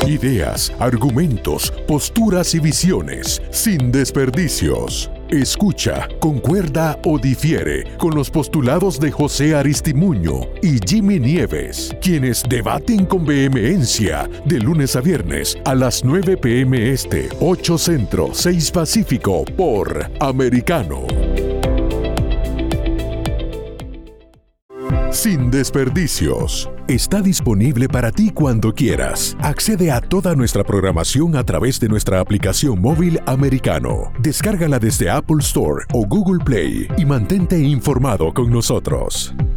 Ideas, argumentos, posturas y visiones, sin desperdicios. Escucha, concuerda o difiere con los postulados de José Aristimuño y Jimmy Nieves, quienes debaten con vehemencia de lunes a viernes a las 9 p.m. Este, 8 Centro, 6 Pacífico por Americano. Sin desperdicios. Está disponible para ti cuando quieras. Accede a toda nuestra programación a través de nuestra aplicación móvil Americano. Descárgala desde Apple Store o Google Play y mantente informado con nosotros.